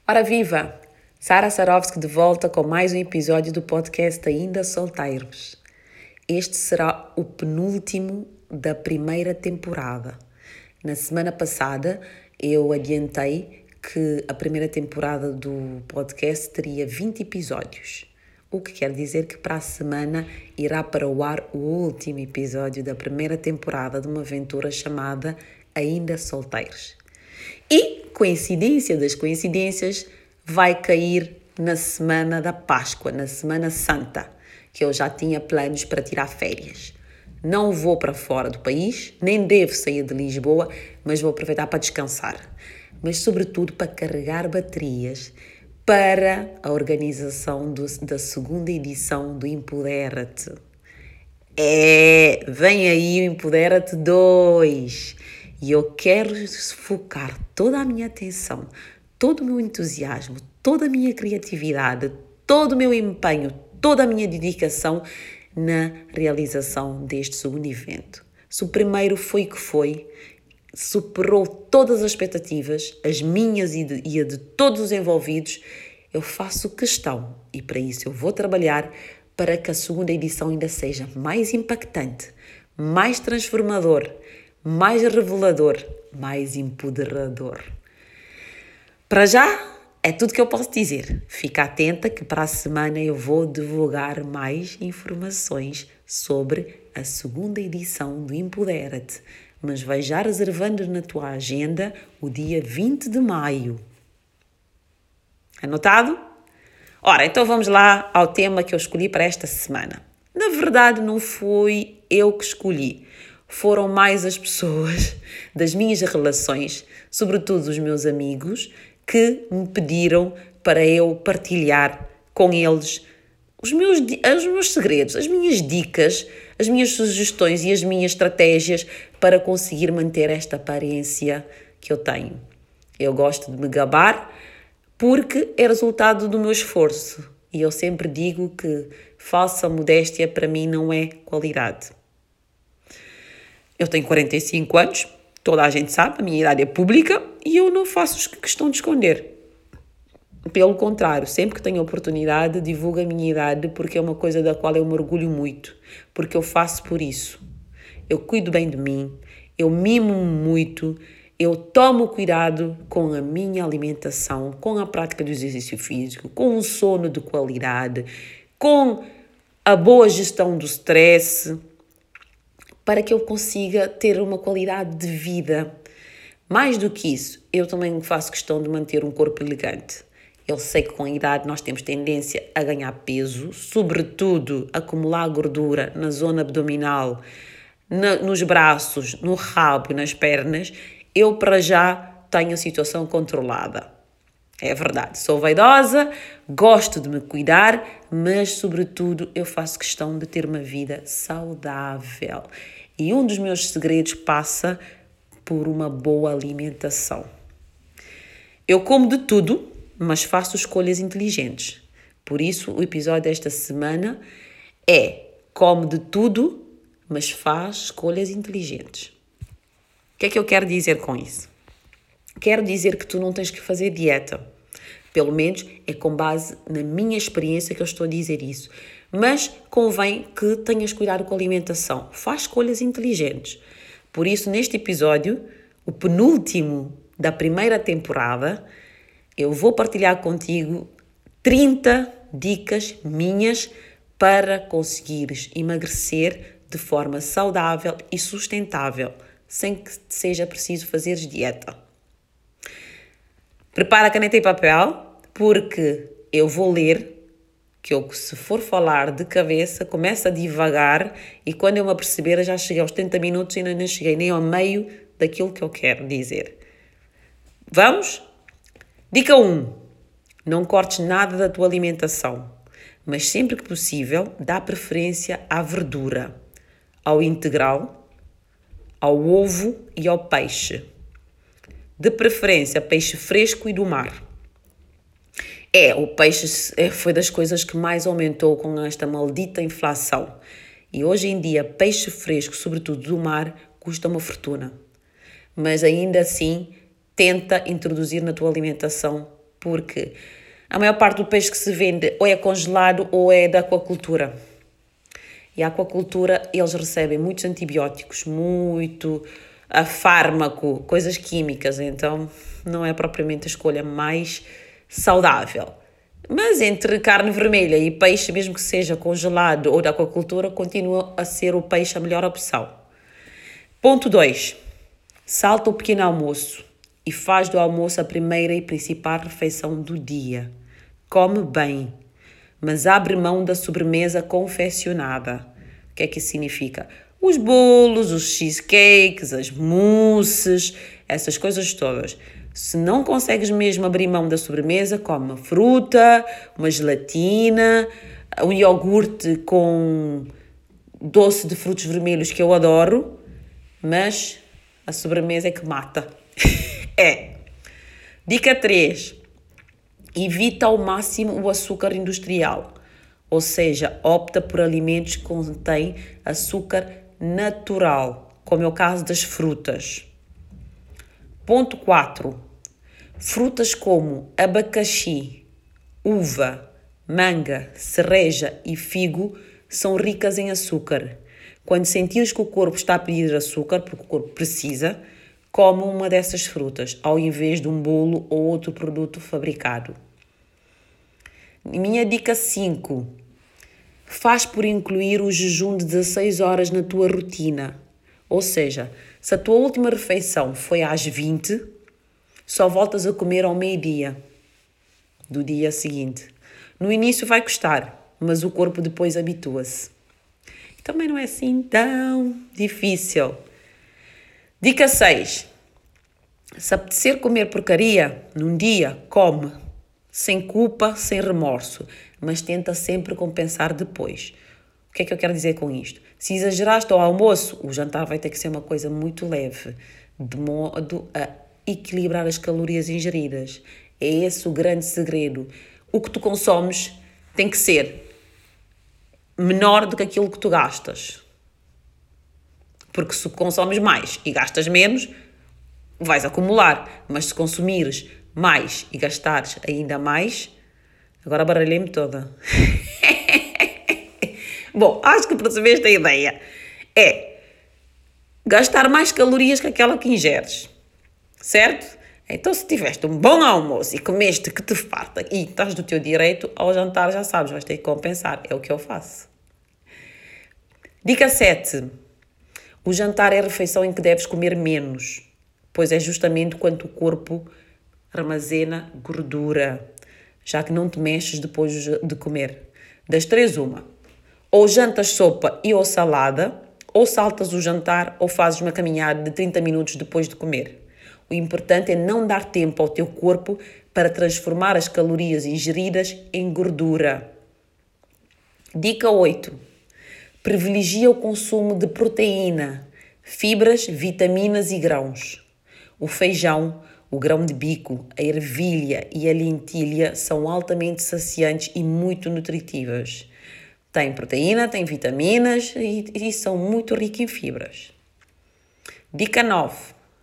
Ora viva! Sara Sarovski de volta com mais um episódio do podcast Ainda Solteiros. Este será o penúltimo da primeira temporada. Na semana passada eu adiantei que a primeira temporada do podcast teria 20 episódios. O que quer dizer que para a semana irá para o ar o último episódio da primeira temporada de uma aventura chamada Ainda Solteiros. E, coincidência das coincidências, vai cair na semana da Páscoa, na Semana Santa, que eu já tinha planos para tirar férias. Não vou para fora do país, nem devo sair de Lisboa, mas vou aproveitar para descansar. Mas, sobretudo, para carregar baterias para a organização da segunda edição do Empodera-te. Vem aí o Empodera-te 2 e eu quero focar toda a minha atenção, todo o meu entusiasmo, toda a minha criatividade, todo o meu empenho, toda a minha dedicação na realização deste segundo evento. Se o primeiro foi o que foi, superou todas as expectativas, as minhas e a de todos os envolvidos, eu faço questão, e para isso eu vou trabalhar para que a segunda edição ainda seja mais impactante, mais transformador, mais revelador, mais empoderador. Para já, é tudo que eu posso dizer. Fica atenta que para a semana eu vou divulgar mais informações sobre a segunda edição do Empodera-te, mas vai já reservando na tua agenda o dia 20 de maio. Anotado? Ora, então vamos lá ao tema que eu escolhi para esta semana. Na verdade, não fui eu que escolhi. Foram mais as pessoas das minhas relações, sobretudo os meus amigos, que me pediram para eu partilhar com eles os meus segredos, as minhas dicas, as minhas sugestões e as minhas estratégias para conseguir manter esta aparência que eu tenho. Eu gosto de me gabar porque é resultado do meu esforço e eu sempre digo que falsa modéstia para mim não é qualidade. Eu tenho 45 anos, toda a gente sabe, a minha idade é pública e eu não faço questão de esconder. Pelo contrário, sempre que tenho oportunidade, divulgo a minha idade porque é uma coisa da qual eu me orgulho muito, porque eu faço por isso. Eu cuido bem de mim, eu mimo-me muito, eu tomo cuidado com a minha alimentação, com a prática do exercício físico, com um sono de qualidade, com a boa gestão do stress, para que eu consiga ter uma qualidade de vida. Mais do que isso, eu também faço questão de manter um corpo elegante. Eu sei que com a idade nós temos tendência a ganhar peso, sobretudo acumular gordura na zona abdominal, nos braços, no rabo e nas pernas. Eu para já tenho a situação controlada. É verdade, sou vaidosa, gosto de me cuidar, mas sobretudo eu faço questão de ter uma vida saudável. E um dos meus segredos passa por uma boa alimentação. Eu como de tudo, mas faço escolhas inteligentes. Por isso, o episódio desta semana é: come de tudo, mas faz escolhas inteligentes. O que é que eu quero dizer com isso? Quero dizer que tu não tens que fazer dieta. Pelo menos é com base na minha experiência que eu estou a dizer isso. Mas convém que tenhas cuidado com a alimentação. Faz escolhas inteligentes. Por isso, neste episódio, o penúltimo da primeira temporada, eu vou partilhar contigo 30 dicas minhas para conseguires emagrecer de forma saudável e sustentável, sem que seja preciso fazeres dieta. Prepara caneta e papel, porque eu vou ler, que eu, se for falar de cabeça, começo a divagar e quando eu me aperceber, eu já cheguei aos 30 minutos e ainda não cheguei nem ao meio daquilo que eu quero dizer. Vamos? Dica 1. Não cortes nada da tua alimentação, mas sempre que possível, dá preferência à verdura, ao integral, ao ovo e ao peixe. De preferência, peixe fresco e do mar. O peixe foi das coisas que mais aumentou com esta maldita inflação. E hoje em dia, peixe fresco, sobretudo do mar, custa uma fortuna. Mas ainda assim, tenta introduzir na tua alimentação porque a maior parte do peixe que se vende ou é congelado ou é da aquacultura. E a aquacultura, eles recebem muitos antibióticos, muito a fármaco, coisas químicas, então não é propriamente a escolha mais saudável. Mas entre carne vermelha e peixe, mesmo que seja congelado ou da aquacultura, continua a ser o peixe a melhor opção. Ponto 2. Salta o pequeno almoço e faz do almoço a primeira e principal refeição do dia. Come bem, mas abre mão da sobremesa confeccionada. O que é que isso significa? Os bolos, os cheesecakes, as mousses, essas coisas todas. Se não consegues mesmo abrir mão da sobremesa, come uma fruta, uma gelatina, um iogurte com doce de frutos vermelhos que eu adoro, mas a sobremesa é que mata. Dica 3. Evita ao máximo o açúcar industrial, ou seja, opta por alimentos que contêm açúcar natural, como é o caso das frutas. Ponto 4. Frutas como abacaxi, uva, manga, cereja e figo são ricas em açúcar. Quando sentires que o corpo está a pedir açúcar, porque o corpo precisa, come uma dessas frutas, ao invés de um bolo ou outro produto fabricado. Minha dica 5. Faz por incluir o jejum de 16 horas na tua rotina. Ou seja, se a tua última refeição foi às 20, só voltas a comer ao meio-dia do dia seguinte. No início vai custar, mas o corpo depois habitua-se. Também não é assim tão difícil. Dica 6. Se apetecer comer porcaria num dia, come. Sem culpa, sem remorso, mas tenta sempre compensar depois. O que é que eu quero dizer com isto? Se exageraste ao almoço, o jantar vai ter que ser uma coisa muito leve, de modo a equilibrar as calorias ingeridas. É esse o grande segredo. O que tu consomes tem que ser menor do que aquilo que tu gastas. Porque se consomes mais e gastas menos, vais acumular. Mas se consumires mais e gastares ainda mais, agora baralhei-me toda. Bom, acho que percebeste a ideia. É gastar mais calorias que aquela que ingeres. Certo? Então, se tiveste um bom almoço e comeste que te farta e estás do teu direito, ao jantar já sabes, vais ter que compensar. É o que eu faço. Dica 7. O jantar é a refeição em que deves comer menos, pois é justamente quando o corpo armazena gordura, já que não te mexes depois de comer. Das 3, uma. Ou jantas sopa e ou salada, ou saltas o jantar ou fazes uma caminhada de 30 minutos depois de comer. O importante é não dar tempo ao teu corpo para transformar as calorias ingeridas em gordura. Dica 8. Privilegia o consumo de proteína, fibras, vitaminas e grãos. O feijão, o grão de bico, a ervilha e a lentilha são altamente saciantes e muito nutritivas. Tem proteína, tem vitaminas e são muito ricos em fibras. Dica 9.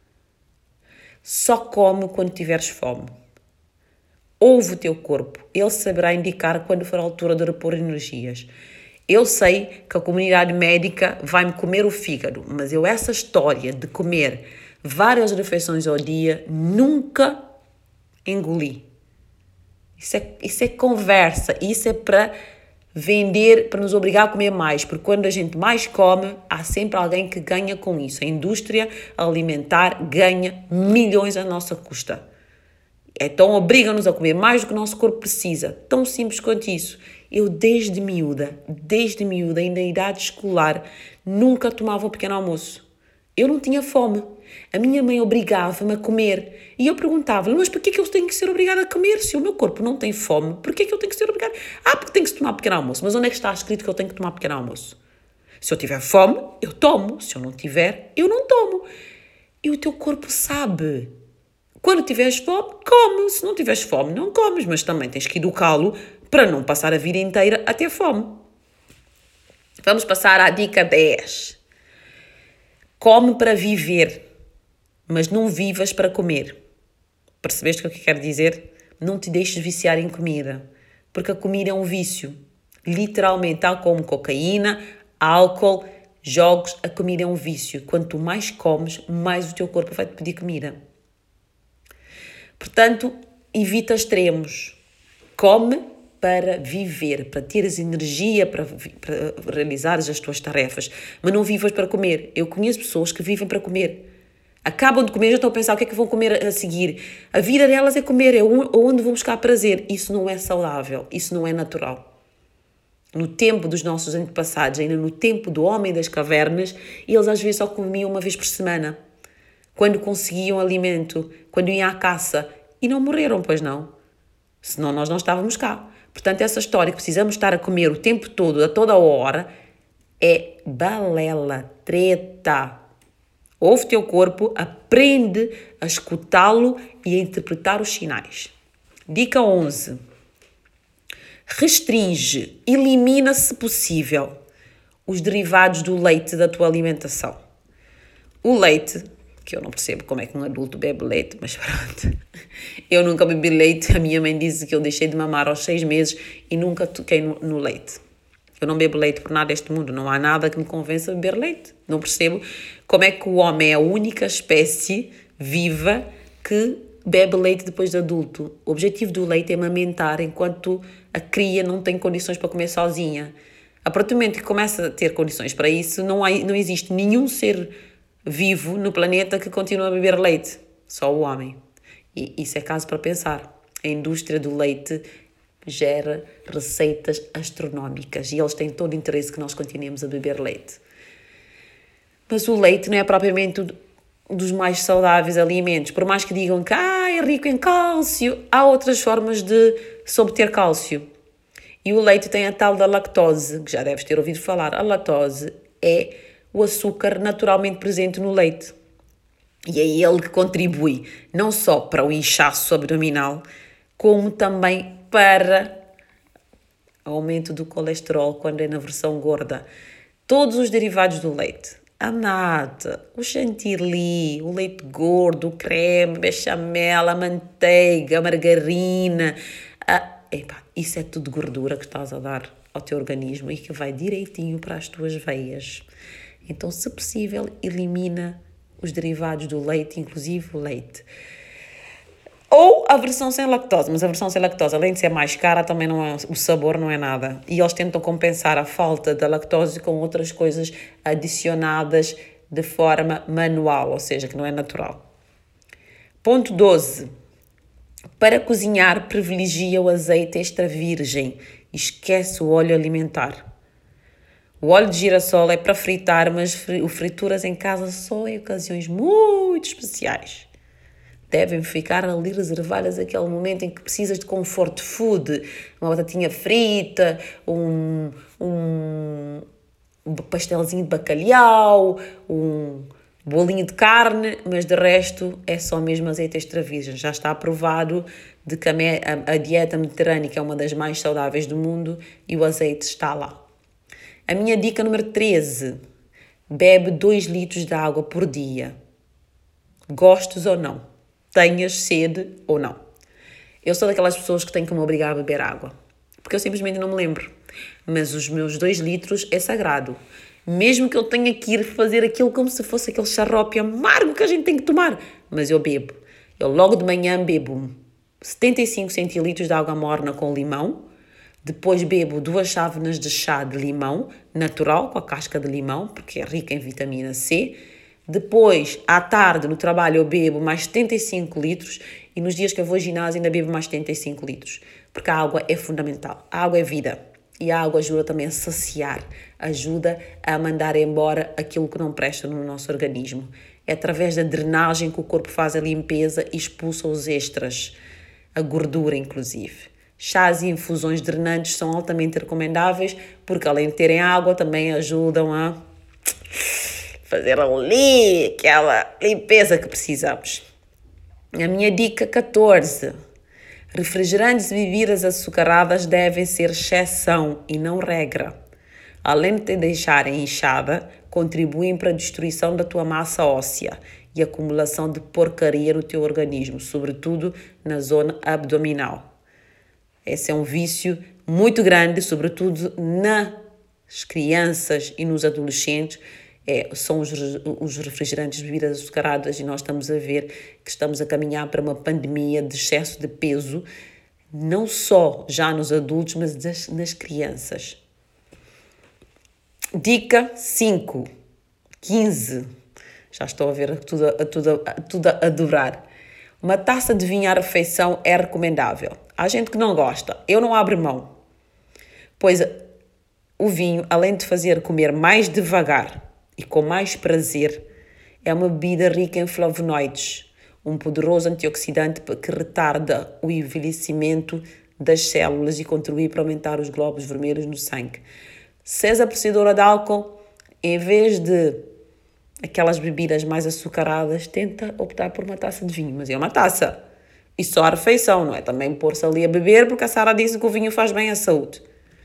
Só come quando tiveres fome. Ouve o teu corpo. Ele saberá indicar quando for a altura de repor energias. Eu sei que a comunidade médica vai-me comer o fígado, mas eu essa história de comer várias refeições ao dia nunca engoli. Isso é conversa, isso é para vender, para nos obrigar a comer mais, porque quando a gente mais come, há sempre alguém que ganha com isso. A indústria alimentar ganha milhões à nossa custa. Então obriga-nos a comer mais do que o nosso corpo precisa. Tão simples quanto isso. Eu desde miúda, ainda em idade escolar, nunca tomava um pequeno almoço. Eu não tinha fome. A minha mãe obrigava-me a comer. E eu perguntava-lhe, mas porquê que eu tenho que ser obrigada a comer? Se o meu corpo não tem fome, porquê que eu tenho que ser obrigada? Porque tem que se tomar pequeno almoço. Mas onde é que está escrito que eu tenho que tomar pequeno almoço? Se eu tiver fome, eu tomo. Se eu não tiver, eu não tomo. E o teu corpo sabe. Quando tiveres fome, come. Se não tiveres fome, não comes. Mas também tens que educá-lo para não passar a vida inteira a ter fome. Vamos passar à dica 10. Come para viver, mas não vivas para comer. Percebeste o que eu quero dizer? não te deixes viciar em comida, porque a comida é um vício. Literalmente, tal como cocaína, álcool, jogos, a comida é um vício. Quanto mais comes, mais o teu corpo vai te pedir comida. Portanto, evita extremos. Come para viver, para teres energia para realizares as tuas tarefas, mas não vivas para comer. Eu conheço pessoas que vivem para comer. Acabam de comer e já estão a pensar o que é que vão comer a seguir. A vida delas é comer, é onde vão buscar prazer. Isso não é saudável, isso não é natural. No tempo dos nossos antepassados, ainda no tempo do homem das cavernas, eles às vezes só comiam uma vez por semana. Quando conseguiam alimento, quando iam à caça. E não morreram, pois não. Senão nós não estávamos cá. Portanto, essa história que precisamos estar a comer o tempo todo, a toda hora, é balela, treta. Ouve o teu corpo, aprende a escutá-lo e a interpretar os sinais. Dica 11. Restringe, elimina, se possível, os derivados do leite da tua alimentação. O leite, que eu não percebo como é que um adulto bebe leite, mas pronto. Eu nunca bebi leite, a minha mãe disse que eu deixei de mamar aos 6 meses e nunca toquei no leite. Eu não bebo leite por nada deste mundo, não há nada que me convença a beber leite. Não percebo como é que o homem é a única espécie viva que bebe leite depois de adulto. O objetivo do leite é amamentar enquanto a cria não tem condições para comer sozinha. A partir do momento que começa a ter condições para isso, não existe nenhum ser vivo no planeta que continue a beber leite. Só o homem. E isso é caso para pensar. A indústria do leite gera receitas astronómicas e eles têm todo o interesse que nós continuemos a beber leite. Mas o leite não é propriamente dos mais saudáveis alimentos. Por mais que digam que é rico em cálcio, há outras formas de se obter cálcio. E o leite tem a tal da lactose, que já deves ter ouvido falar. A lactose é o açúcar naturalmente presente no leite. E é ele que contribui não só para o inchaço abdominal, como também para o aumento do colesterol quando é na versão gorda. Todos os derivados do leite, a nata, o chantilly, o leite gordo, o creme, a bechamel, a manteiga, a margarina, isso é tudo gordura que estás a dar ao teu organismo e que vai direitinho para as tuas veias. Então, se possível, elimina os derivados do leite, inclusive o leite. Ou a versão sem lactose, mas a versão sem lactose, além de ser mais cara, também não é, o sabor não é nada. E eles tentam compensar a falta da lactose com outras coisas adicionadas de forma manual, ou seja, que não é natural. Ponto 12. Para cozinhar, privilegia o azeite extra virgem e esquece o óleo alimentar. O óleo de girassol é para fritar, mas o frituras em casa só em ocasiões muito especiais. Devem ficar ali reservadas aquele momento em que precisas de comfort food, uma batatinha frita, um pastelzinho de bacalhau, um bolinho de carne, mas de resto é só mesmo azeite extra virgem. Já está aprovado de que a dieta mediterrânica é uma das mais saudáveis do mundo e o azeite está lá. A minha dica número 13, bebe 2 litros de água por dia. Gostes ou não, tenhas sede ou não. Eu sou daquelas pessoas que têm que me obrigar a beber água, porque eu simplesmente não me lembro. Mas os meus 2 litros é sagrado. Mesmo que eu tenha que ir fazer aquilo como se fosse aquele xarope amargo que a gente tem que tomar. Mas eu bebo. Eu logo de manhã bebo 75 centilitros de água morna com limão. Depois bebo 2 chávenas de chá de limão, natural, com a casca de limão, porque é rica em vitamina C. Depois, à tarde, no trabalho, eu bebo mais 75 litros e nos dias que eu vou ao ginásio ainda bebo mais 75 litros, porque a água é fundamental. A água é vida e a água ajuda também a saciar, ajuda a mandar embora aquilo que não presta no nosso organismo. É através da drenagem que o corpo faz a limpeza e expulsa os extras, a gordura inclusive. Chás e infusões drenantes são altamente recomendáveis porque, além de terem água, também ajudam a fazer ali aquela limpeza que precisamos. A minha dica 14. Refrigerantes e bebidas açucaradas devem ser exceção e não regra. Além de te deixarem inchada, contribuem para a destruição da tua massa óssea e acumulação de porcaria no teu organismo, sobretudo na zona abdominal. Esse é um vício muito grande, sobretudo nas crianças e nos adolescentes. São os refrigerantes, bebidas açucaradas, e nós estamos a ver que estamos a caminhar para uma pandemia de excesso de peso, não só já nos adultos, mas nas crianças. Dica 5, 15, já estou a ver tudo a adorar. Uma taça de vinho à refeição é recomendável. Há gente que não gosta, eu não abro mão, pois o vinho, além de fazer comer mais devagar e com mais prazer, é uma bebida rica em flavonoides, um poderoso antioxidante que retarda o envelhecimento das células e contribui para aumentar os glóbulos vermelhos no sangue. Se és apreciadora de álcool, em vez de aquelas bebidas mais açucaradas, tenta optar por uma taça de vinho, mas é uma taça. E só a refeição, não é também pôr-se ali a beber, porque a Sara disse que o vinho faz bem à saúde.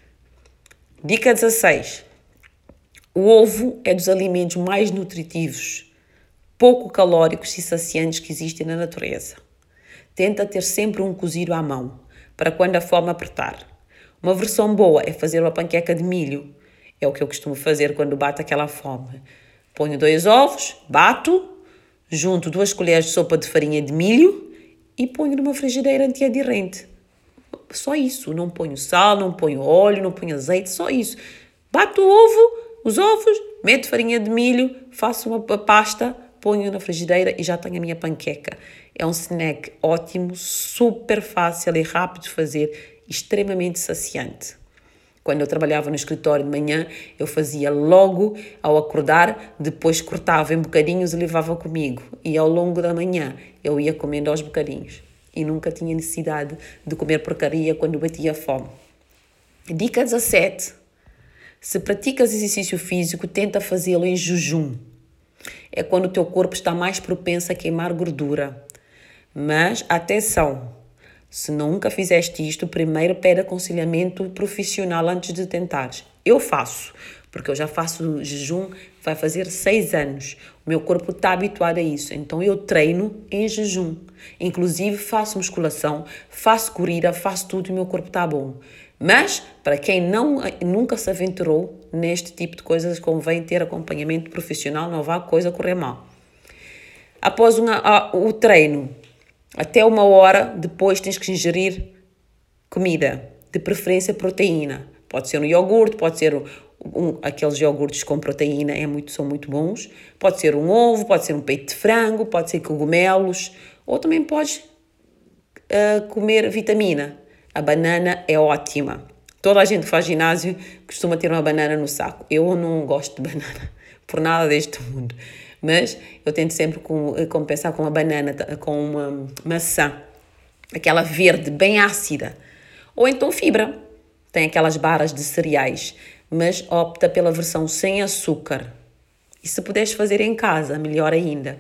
Dica 16. O ovo é dos alimentos mais nutritivos, pouco calóricos e saciantes que existem na natureza. Tenta ter sempre um cozido à mão, para quando a fome apertar. Uma versão boa é fazer uma panqueca de milho. É o que eu costumo fazer quando bate aquela fome. Ponho 2 ovos, bato, junto 2 colheres de sopa de farinha de milho e ponho numa frigideira antiaderente. Só isso. Não ponho sal, não ponho óleo, não ponho azeite, só isso. Bato os ovos, meto farinha de milho, faço uma pasta, ponho na frigideira e já tenho a minha panqueca. É um snack ótimo, super fácil e rápido de fazer, extremamente saciante. Quando eu trabalhava no escritório de manhã, eu fazia logo ao acordar, depois cortava em bocadinhos e levava comigo. E ao longo da manhã eu ia comendo aos bocadinhos. E nunca tinha necessidade de comer porcaria quando batia fome. Dica 17. Se praticas exercício físico, tenta fazê-lo em jejum. É quando o teu corpo está mais propenso a queimar gordura. Mas, atenção, se nunca fizeste isto, primeiro pede aconselhamento profissional antes de tentares. Eu faço, porque eu já faço jejum, vai fazer 6 anos. O meu corpo está habituado a isso, então eu treino em jejum. Inclusive faço musculação, faço corrida, faço tudo e o meu corpo está bom. Mas, para quem nunca se aventurou neste tipo de coisas, convém ter acompanhamento profissional, não vá a coisa correr mal. Após o treino, até 1 hora depois tens que ingerir comida, de preferência proteína. Pode ser um iogurte, pode ser aqueles iogurtes com proteína, são muito bons. Pode ser um ovo, pode ser um peito de frango, pode ser cogumelos, ou também podes comer vitamina. A banana é ótima. Toda a gente que faz ginásio costuma ter uma banana no saco. Eu não gosto de banana, por nada deste mundo. Mas eu tento sempre compensar com uma banana, com uma maçã, aquela verde, bem ácida. Ou então fibra. Tem aquelas barras de cereais, mas opta pela versão sem açúcar. E se puderes fazer em casa, melhor ainda.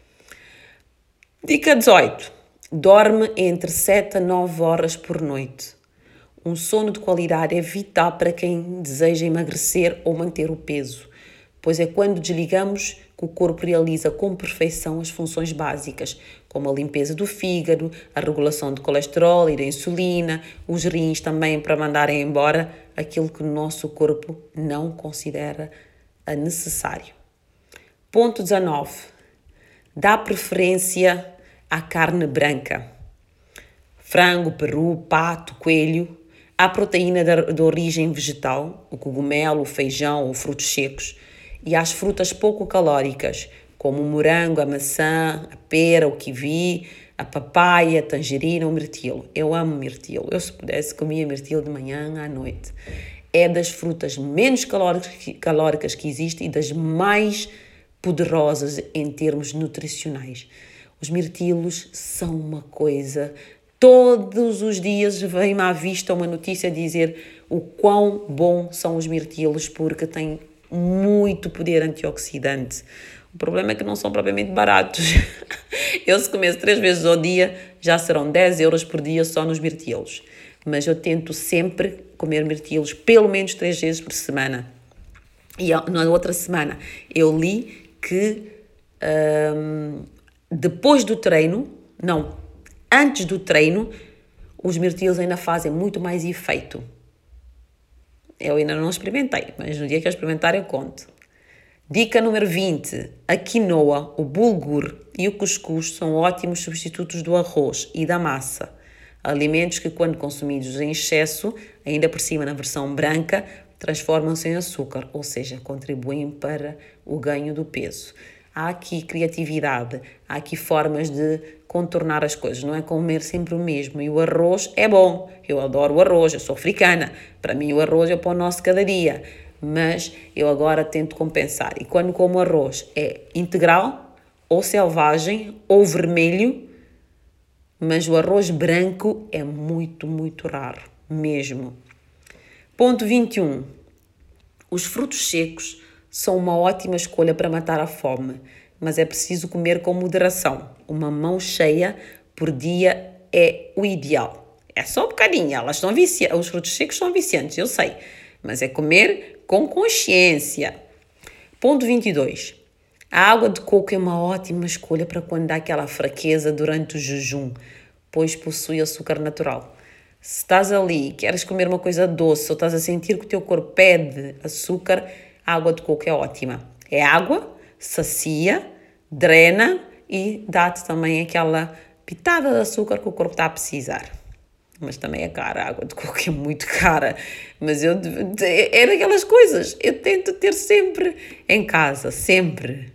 Dica 18. Dorme entre 7 a 9 horas por noite. Um sono de qualidade é vital para quem deseja emagrecer ou manter o peso, pois é quando desligamos que o corpo realiza com perfeição as funções básicas, como a limpeza do fígado, a regulação do colesterol e da insulina, os rins também para mandarem embora aquilo que o nosso corpo não considera necessário. Ponto 19. Dá preferência à carne branca. Frango, peru, pato, coelho. Há proteína de origem vegetal, o cogumelo, o feijão ou frutos secos. E há as frutas pouco calóricas, como o morango, a maçã, a pera, o kiwi, a papaya, a tangerina, o mirtilo. Eu amo mirtilo. Eu, se pudesse, comia mirtilo de manhã à noite. É das frutas menos calóricas que existem e das mais poderosas em termos nutricionais. Os mirtilos são uma coisa... Todos os dias vem-me à vista uma notícia a dizer o quão bom são os mirtilos, porque têm muito poder antioxidante. O problema é que não são propriamente baratos. Eu, se começo 3 vezes ao dia, já serão 10 euros por dia só nos mirtilos. Mas eu tento sempre comer mirtilos pelo menos 3 vezes por semana. E na outra semana eu li que Depois do treino, não, antes do treino, os mirtilos ainda fazem muito mais efeito. Eu ainda não experimentei, mas no dia que eu experimentar eu conto. Dica número 20. A quinoa, o bulgur e o cuscuz são ótimos substitutos do arroz e da massa. Alimentos que, quando consumidos em excesso, ainda por cima na versão branca, transformam-se em açúcar, ou seja, contribuem para o ganho do peso. Há aqui criatividade, há aqui formas de contornar as coisas, não é comer sempre o mesmo. E o arroz é bom, eu adoro o arroz, eu sou africana, para mim o arroz é o pão nosso cada dia, mas eu agora tento compensar. E quando como arroz é integral, ou selvagem, ou vermelho, mas o arroz branco é muito, muito raro, mesmo. Ponto 21. Os frutos secos são uma ótima escolha para matar a fome, mas é preciso comer com moderação. Uma mão cheia por dia é o ideal. É só um bocadinho, elas são viciantes, os frutos secos são viciantes, eu sei, mas é comer com consciência. Ponto 22. A água de coco é uma ótima escolha para quando dá aquela fraqueza durante o jejum, pois possui açúcar natural. Se estás ali, queres comer uma coisa doce ou estás a sentir que o teu corpo pede açúcar, a água de coco é ótima. É água, sacia, drena e dá-te também aquela pitada de açúcar que o corpo está a precisar. Mas também é cara, a água de coco é muito cara. Mas é daquelas coisas, eu tento ter sempre em casa, sempre.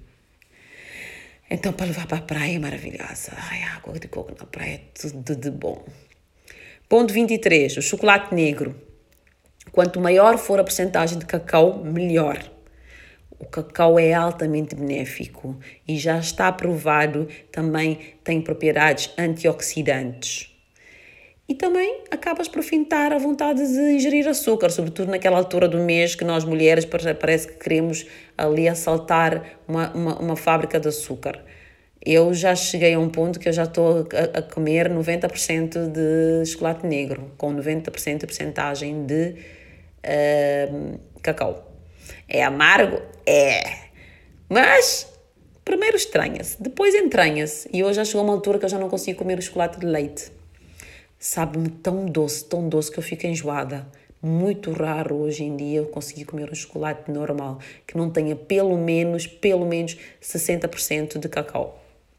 Então, para levar para a praia é maravilhosa. Ai, a água de coco na praia é tudo de bom. Ponto 23. O chocolate negro. Quanto maior for a percentagem de cacau, melhor. O cacau é altamente benéfico e já está provado, também tem propriedades antioxidantes. E também acabas por fintar a vontade de ingerir açúcar, sobretudo naquela altura do mês que nós mulheres parece que queremos ali assaltar uma fábrica de açúcar. Eu já cheguei a um ponto que eu já estou a comer 90% de chocolate negro, com 90% de percentagem de cacau. É amargo? É. Mas primeiro estranha-se, depois entranha-se. E hoje já chegou uma altura que eu já não consigo comer o chocolate de leite. Sabe-me tão doce que eu fico enjoada. Muito raro hoje em dia eu conseguir comer um chocolate normal, que não tenha pelo menos 60% de cacau.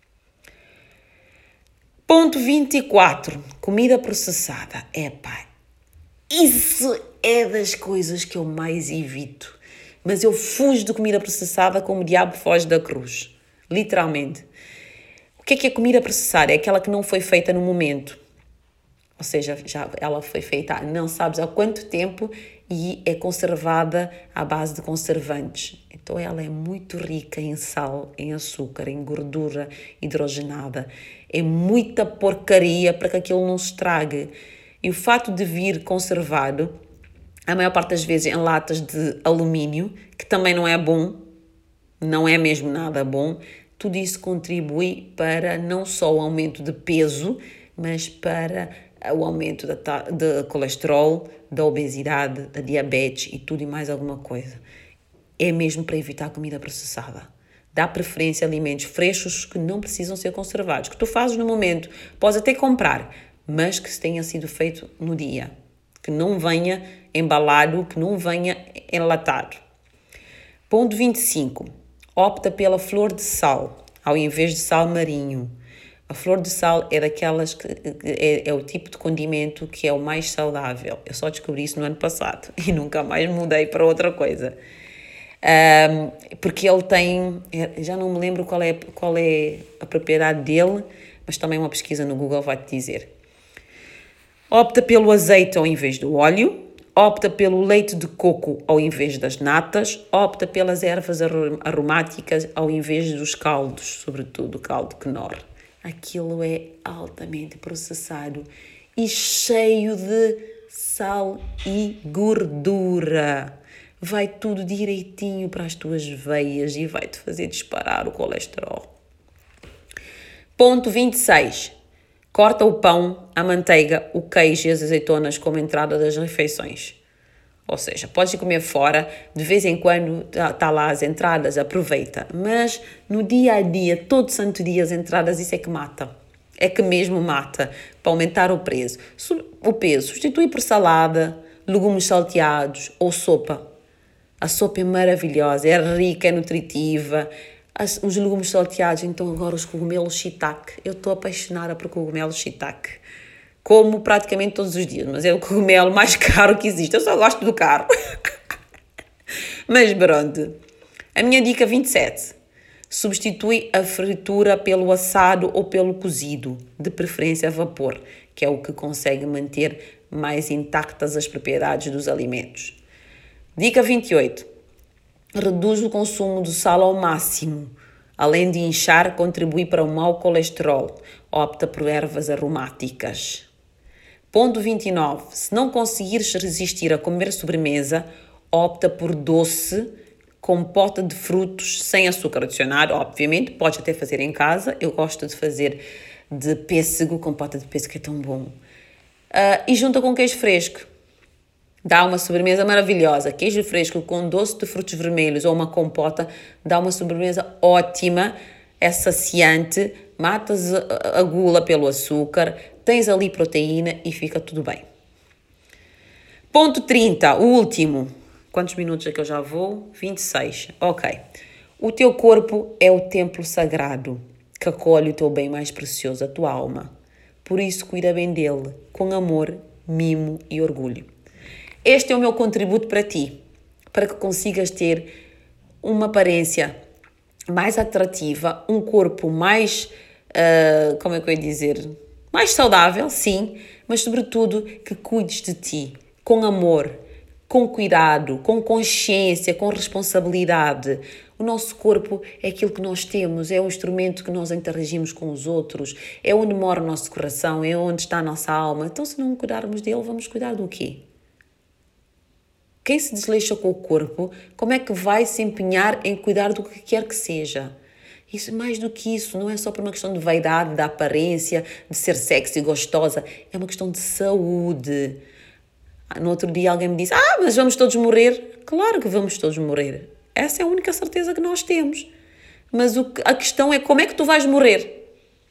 Ponto 24. Comida processada. Epá, isso é das coisas que eu mais evito. Mas eu fujo de comida processada como o diabo foge da cruz. Literalmente. O que é comida processada? É aquela que não foi feita no momento. Ou seja, já ela foi feita não sabes há quanto tempo e é conservada à base de conservantes. Então ela é muito rica em sal, em açúcar, em gordura hidrogenada. É muita porcaria para que aquilo não se estrague. E o fato de vir conservado, a maior parte das vezes em latas de alumínio, que também não é bom, não é mesmo nada bom, tudo isso contribui para não só o aumento de peso, mas para o aumento de colesterol, da obesidade, da diabetes e tudo e mais alguma coisa. É mesmo para evitar comida processada. Dá preferência a alimentos frescos que não precisam ser conservados, que tu fazes no momento, podes até comprar, mas que tenha sido feito no dia, que não venha embalado, que não venha enlatado. Ponto 25. Opta pela flor de sal, ao invés de sal marinho. A flor de sal é daquelas que é o tipo de condimento que é o mais saudável. Eu só descobri isso no ano passado e nunca mais mudei para outra coisa. Porque ele tem, já não me lembro qual é a propriedade dele, mas também uma pesquisa no Google vai te dizer. Opta pelo azeite ao invés do óleo, opta pelo leite de coco ao invés das natas, opta pelas ervas aromáticas ao invés dos caldos, sobretudo o caldo Knorr. Aquilo é altamente processado e cheio de sal e gordura. Vai tudo direitinho para as tuas veias e vai-te fazer disparar o colesterol. Ponto 26. Corta o pão, a manteiga, o queijo e as azeitonas como entrada das refeições. Ou seja, podes ir comer fora, de vez em quando tá lá as entradas, aproveita. Mas no dia a dia, todo santo dia, as entradas, isso é que mata. É que mesmo mata, para aumentar o peso. Substitui por salada, legumes salteados ou sopa. A sopa é maravilhosa, é rica, é nutritiva. Os legumes salteados, então agora os cogumelos shiitake. Eu estou apaixonada por cogumelos shiitake. Como praticamente todos os dias, mas é o cogumelo mais caro que existe. Eu só gosto do caro. Mas pronto. A minha dica 27. Substitui a fritura pelo assado ou pelo cozido, de preferência a vapor, que é o que consegue manter mais intactas as propriedades dos alimentos. Dica 28. Reduz o consumo de sal ao máximo. Além de inchar, contribui para o mau colesterol. Opta por ervas aromáticas. Ponto 29. Se não conseguires resistir a comer sobremesa, opta por doce, compota de frutos sem açúcar adicionado. Obviamente, podes até fazer em casa. Eu gosto de fazer de pêssego, compota de pêssego, que é tão bom. E junta com queijo fresco. Dá uma sobremesa maravilhosa. Queijo fresco com doce de frutos vermelhos ou uma compota dá uma sobremesa ótima, é saciante, matas a gula pelo açúcar, tens ali proteína e fica tudo bem. Ponto 30, o último. Quantos minutos é que eu já vou? 26. Ok. O teu corpo é o templo sagrado que acolhe o teu bem mais precioso, a tua alma. Por isso, cuida bem dele, com amor, mimo e orgulho. Este é o meu contributo para ti, para que consigas ter uma aparência mais atrativa, um corpo mais, como é que eu ia dizer, mais saudável, sim, mas sobretudo que cuides de ti, com amor, com cuidado, com consciência, com responsabilidade. O nosso corpo é aquilo que nós temos, é o instrumento que nós interagimos com os outros, é onde mora o nosso coração, é onde está a nossa alma. Então, se não cuidarmos dele, vamos cuidar do quê? Quem se desleixa com o corpo, como é que vai se empenhar em cuidar do que quer que seja? Isso, mais do que isso, não é só por uma questão de vaidade, da aparência, de ser sexy e gostosa, é uma questão de saúde. No outro dia alguém me disse, mas vamos todos morrer. Claro que vamos todos morrer. Essa é a única certeza que nós temos. Mas a questão é como é que tu vais morrer?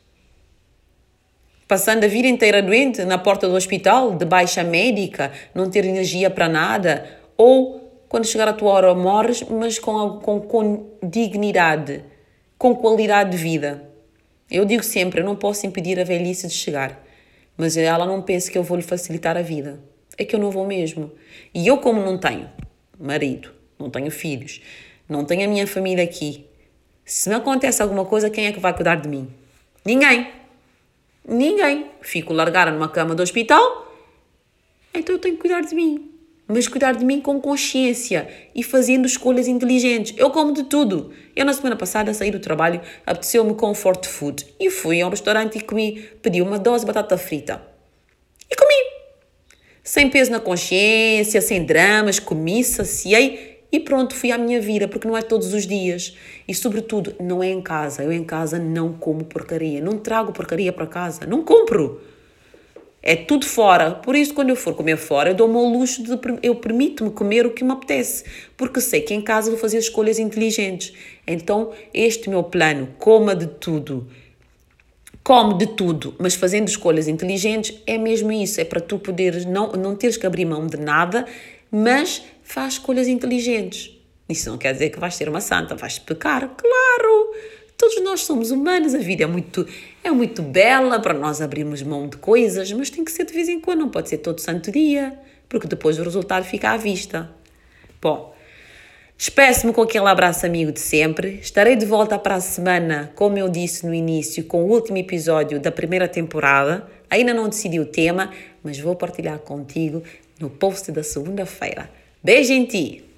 Passando a vida inteira doente, na porta do hospital, de baixa médica, não ter energia para nada, ou quando chegar a tua hora morres, mas com dignidade, com qualidade de vida. Eu digo sempre, eu não posso impedir a velhice de chegar, mas ela não pensa que eu vou lhe facilitar a vida. É que eu não vou mesmo. E eu, como não tenho marido, não tenho filhos, não tenho a minha família aqui, se me acontece alguma coisa, quem é que vai cuidar de mim? Ninguém. Fico largada numa cama do hospital, então eu tenho que cuidar de mim. Mas cuidar de mim com consciência e fazendo escolhas inteligentes. Eu como de tudo. Eu na semana passada saí do trabalho, apeteceu-me comfort food e fui ao restaurante e comi, pedi uma dose de batata frita. E comi. Sem peso na consciência, sem dramas, comi, saciei e pronto, fui à minha vida, porque não é todos os dias. E sobretudo, não é em casa. Eu em casa não como porcaria, não trago porcaria para casa, não compro. É tudo fora. Por isso, quando eu for comer fora, eu dou-me ao luxo eu permito-me comer o que me apetece. Porque sei que em casa vou fazer escolhas inteligentes. Então, este meu plano, coma de tudo. Come de tudo, mas fazendo escolhas inteligentes, é mesmo isso. É para tu poderes, não teres que abrir mão de nada, mas faz escolhas inteligentes. Isso não quer dizer que vais ser uma santa, vais pecar. Claro! Todos nós somos humanos, a vida é muito bela para nós abrirmos mão de coisas, mas tem que ser de vez em quando, não pode ser todo santo dia, porque depois o resultado fica à vista. Bom, despeço-me com aquele abraço amigo de sempre. Estarei de volta para a semana, como eu disse no início, com o último episódio da primeira temporada. Ainda não decidi o tema, mas vou partilhar contigo no post da segunda-feira. Beijo em ti!